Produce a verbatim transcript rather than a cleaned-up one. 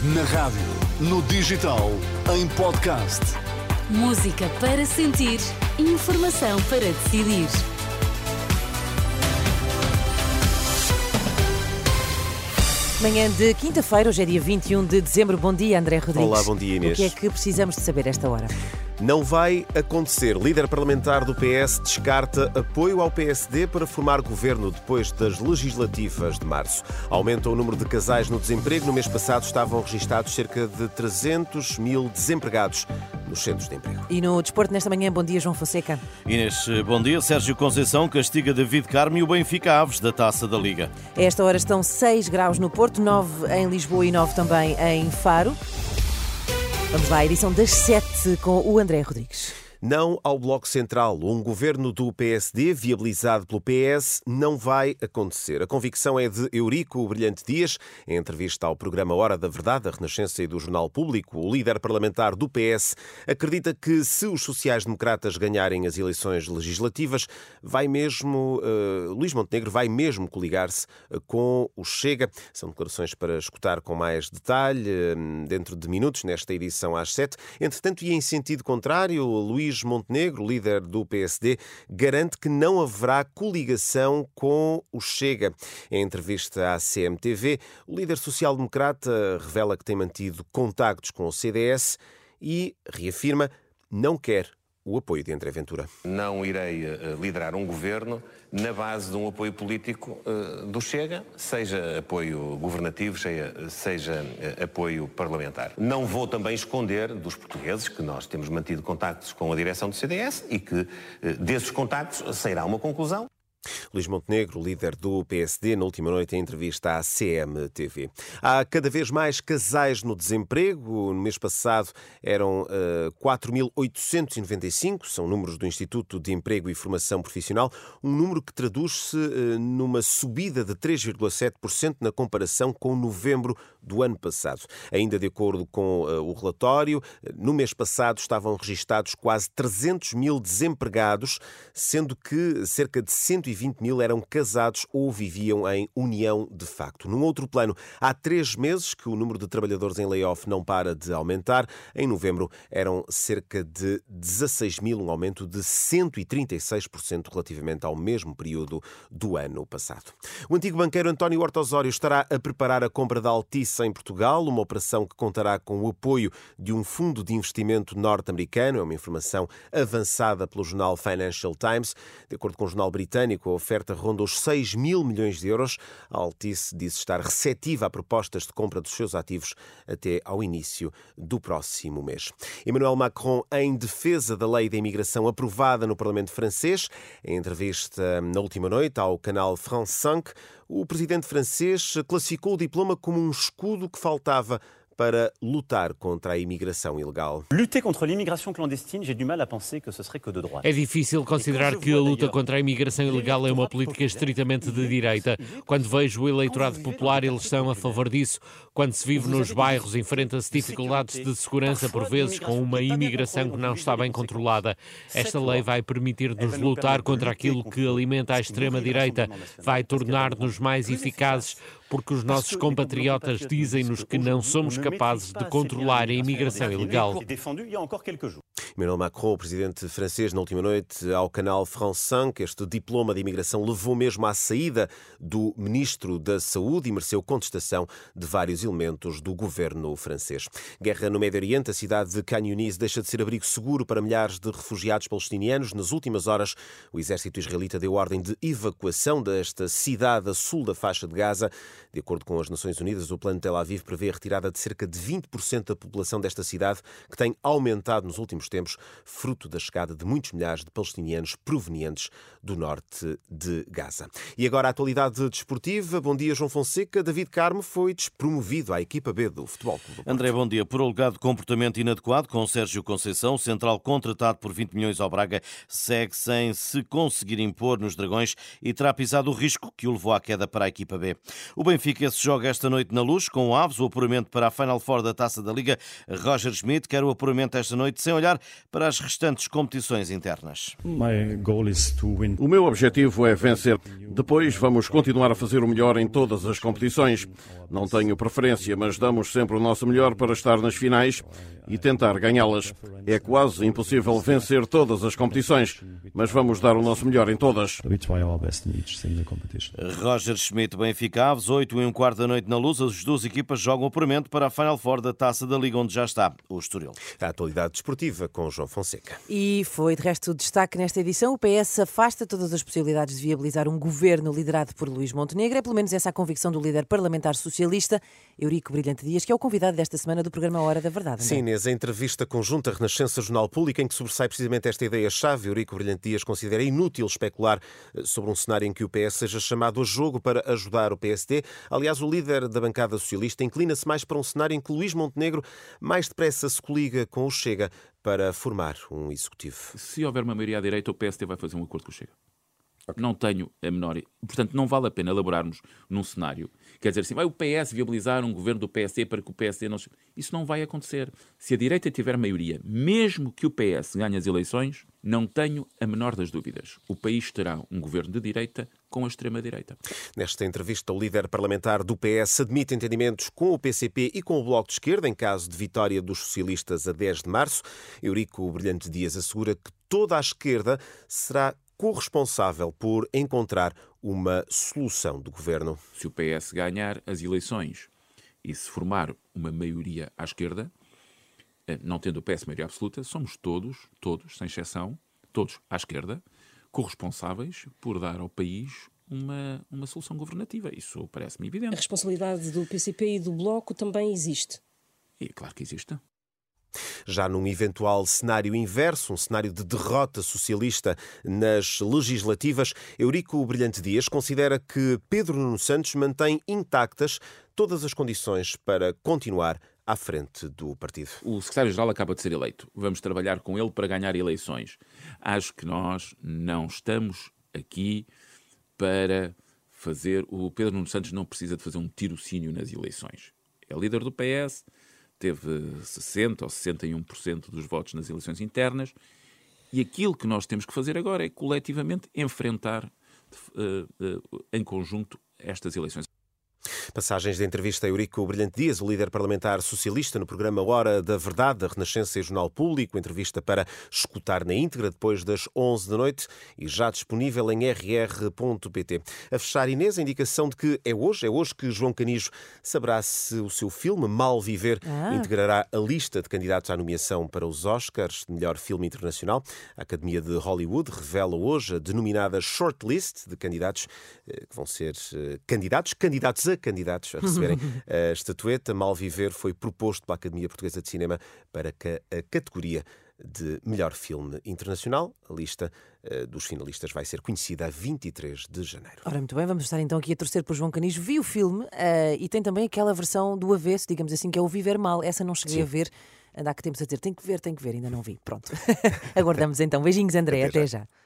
Na rádio, no digital, em podcast. Música para sentir, informação para decidir. Manhã de quinta-feira, hoje é dia vinte e um de dezembro. Bom dia, André Rodrigues. Olá, bom dia, Inês. O que é que precisamos de saber esta hora? Não vai acontecer. Líder parlamentar do P S descarta apoio ao P S D para formar governo depois das legislativas de março. Aumenta o número de casais no desemprego. No mês passado estavam registados cerca de trezentos mil desempregados nos centros de emprego. E no desporto, nesta manhã, bom dia, João Fonseca. Inês, bom dia. Sérgio Conceição castiga David Carmo e o Benfica Aves da Taça da Liga. A esta hora estão seis graus no Porto, nove em Lisboa e nove também em Faro. Vamos lá, a edição das sete com o André Rodrigues. Não ao Bloco Central. Um governo do P S D, viabilizado pelo P S, não vai acontecer. A convicção é de Eurico Brilhante Dias. Em entrevista ao programa Hora da Verdade, da Renascença e do Jornal Público, o líder parlamentar do P S acredita que se os sociais-democratas ganharem as eleições legislativas, vai mesmo, uh, Luís Montenegro vai mesmo coligar-se com o Chega. São declarações para escutar com mais detalhe uh, dentro de minutos, nesta edição às sete. Entretanto, e em sentido contrário, Luís Montenegro, líder do P S D, garante que não haverá coligação com o Chega. Em entrevista à C M T V, o líder social-democrata revela que tem mantido contactos com o C D S e reafirma não quer o apoio de André Ventura. Não irei uh, liderar um governo na base de um apoio político uh, do Chega, seja apoio governativo, seja, seja uh, apoio parlamentar. Não vou também esconder dos portugueses que nós temos mantido contactos com a direção do C D S e que uh, desses contactos sairá uma conclusão. Luís Montenegro, líder do P S D, na última noite em entrevista à C M T V. Há cada vez mais casais no desemprego. No mês passado eram uh, quatro mil oitocentos e noventa e cinco, são números do Instituto de Emprego e Formação Profissional, um número que traduz-se uh, numa subida de três vírgula sete por cento na comparação com novembro do ano passado. Ainda de acordo com uh, o relatório, no mês passado estavam registados quase trezentos mil desempregados, sendo que cerca de cento e vinte mil eram casados ou viviam em união de facto. Num outro plano, há três meses que o número de trabalhadores em layoff não para de aumentar. Em novembro eram cerca de dezasseis mil, um aumento de cento e trinta e seis por cento relativamente ao mesmo período do ano passado. O antigo banqueiro António Horta Osório estará a preparar a compra da Altice em Portugal, uma operação que contará com o apoio de um fundo de investimento norte-americano. É uma informação avançada pelo jornal Financial Times. De acordo com o jornal britânico, a oferta ronda os seis mil milhões de euros. A Altice diz estar receptiva a propostas de compra dos seus ativos até ao início do próximo mês. Emmanuel Macron em defesa da lei da imigração aprovada no Parlamento francês. Em entrevista na última noite ao canal France cinco, o presidente francês classificou o diploma como um escudo que faltava para lutar contra a imigração ilegal. Lutter contra l'immigration clandestine, j'ai du mal à penser que ce serait que de droite. É difícil considerar que a luta contra a imigração ilegal é uma política estritamente de direita. Quando vejo o eleitorado popular, eles são a favor disso. Quando se vive nos bairros, enfrenta-se dificuldades de segurança, por vezes, com uma imigração que não está bem controlada. Esta lei vai permitir-nos lutar contra aquilo que alimenta a extrema-direita, vai tornar-nos mais eficazes, porque os nossos compatriotas dizem-nos que não somos capazes de controlar a imigração ilegal. Emmanuel Macron, o presidente francês, na última noite ao canal France cinco, este diploma de imigração levou mesmo à saída do ministro da Saúde e mereceu contestação de vários elementos do governo francês. Guerra no Médio Oriente, a cidade de Khan Yunis deixa de ser abrigo seguro para milhares de refugiados palestinianos. Nas últimas horas, o exército israelita deu ordem de evacuação desta cidade a sul da faixa de Gaza. De acordo com as Nações Unidas, o plano de Tel Aviv prevê a retirada de cerca de vinte por cento da população desta cidade, que tem aumentado nos últimos tempos, fruto da chegada de muitos milhares de palestinianos provenientes do norte de Gaza. E agora a atualidade desportiva. Bom dia, João Fonseca. David Carmo foi despromovido à equipa B do Futebol Clube do Porto. André, bom dia. Por alegado comportamento inadequado com Sérgio Conceição, central contratado por vinte milhões ao Braga, segue sem se conseguir impor nos Dragões e terá pisado o risco que o levou à queda para a equipa B. O Benfica se joga esta noite na Luz, com o Aves, o apuramento para a Final Four da Taça da Liga. Roger Schmidt quer o apuramento esta noite sem olhar para as restantes competições internas. O meu objetivo é vencer. Depois vamos continuar a fazer o melhor em todas as competições. Não tenho preferência, mas damos sempre o nosso melhor para estar nas finais e tentar ganhá-las. É quase impossível vencer todas as competições, mas vamos dar o nosso melhor em todas. Roger Schmidt, Benfica Aves, oito e um quarto da noite na Luz. As duas equipas jogam o apuramento para a Final Four da Taça da Liga, onde já está o Estoril. A atualidade desportiva com João Fonseca. E foi, de resto, o destaque nesta edição. O P S afasta todas as possibilidades de viabilizar um governo liderado por Luís Montenegro. É pelo menos essa a convicção do líder parlamentar socialista, Eurico Brilhante Dias, que é o convidado desta semana do programa Hora da Verdade. Sim, Inês, a entrevista conjunta Renascença Jornal Público, em que sobressai precisamente esta ideia-chave. Eurico Brilhante Dias considera inútil especular sobre um cenário em que o P S seja chamado a jogo para ajudar o P S D. Aliás, o líder da bancada socialista inclina-se mais para um cenário em que Luís Montenegro mais depressa se coliga com o Chega para formar um executivo. Se houver uma maioria à direita, o P S D vai fazer um acordo com o Chega. Okay. Não tenho a menor... Portanto, não vale a pena elaborarmos num cenário. Quer dizer assim, vai o P S viabilizar um governo do P S D para que o P S D não... Isso não vai acontecer. Se a direita tiver maioria, mesmo que o P S ganhe as eleições, não tenho a menor das dúvidas. O país terá um governo de direita com a extrema-direita. Nesta entrevista, o líder parlamentar do P S admite entendimentos com o P C P e com o Bloco de Esquerda em caso de vitória dos socialistas a dez de março. Eurico Brilhante Dias assegura que toda a esquerda será corresponsável por encontrar uma solução do governo. Se o P S ganhar as eleições e se formar uma maioria à esquerda, não tendo o P S maioria absoluta, somos todos, todos, sem exceção, todos à esquerda, corresponsáveis por dar ao país uma, uma solução governativa. Isso parece-me evidente. A responsabilidade do P C P e do Bloco também existe. E claro que existe. Já num eventual cenário inverso, um cenário de derrota socialista nas legislativas, Eurico Brilhante Dias considera que Pedro Nuno Santos mantém intactas todas as condições para continuar à frente do partido. O secretário-geral acaba de ser eleito. Vamos trabalhar com ele para ganhar eleições. Acho que nós não estamos aqui para fazer... O Pedro Nuno Santos não precisa de fazer um tirocínio nas eleições. É líder do P S... teve sessenta ou sessenta e um por cento dos votos nas eleições internas e aquilo que nós temos que fazer agora é coletivamente enfrentar uh, uh, em conjunto estas eleições. Passagens da entrevista a Eurico Brilhante Dias, o líder parlamentar socialista, no programa Hora da Verdade, da Renascença e Jornal Público. Entrevista para escutar na íntegra depois das onze da noite e já disponível em r r ponto p t. A fechar, Inês, a indicação de que é hoje, é hoje que João Canijo saberá se o seu filme Mal Viver ah. integrará a lista de candidatos à nomeação para os Oscars de melhor filme internacional. A Academia de Hollywood revela hoje a denominada shortlist de candidatos que vão ser candidatos, candidatos a candidatos a receberem a estatueta. Mal Viver foi proposto pela Academia Portuguesa de Cinema para que a categoria de melhor filme internacional. A lista uh, dos finalistas vai ser conhecida a vinte e três de janeiro. Ora, muito bem, vamos estar então aqui a torcer por João Canijo. Vi o filme uh, e tem também aquela versão do avesso, digamos assim, que é o Viver Mal. Essa não cheguei Sim. a ver. Anda há que tempos a dizer, tem que ver, tem que ver, ainda não vi. Pronto. Aguardamos então. Beijinhos, André. Até, Até já. já.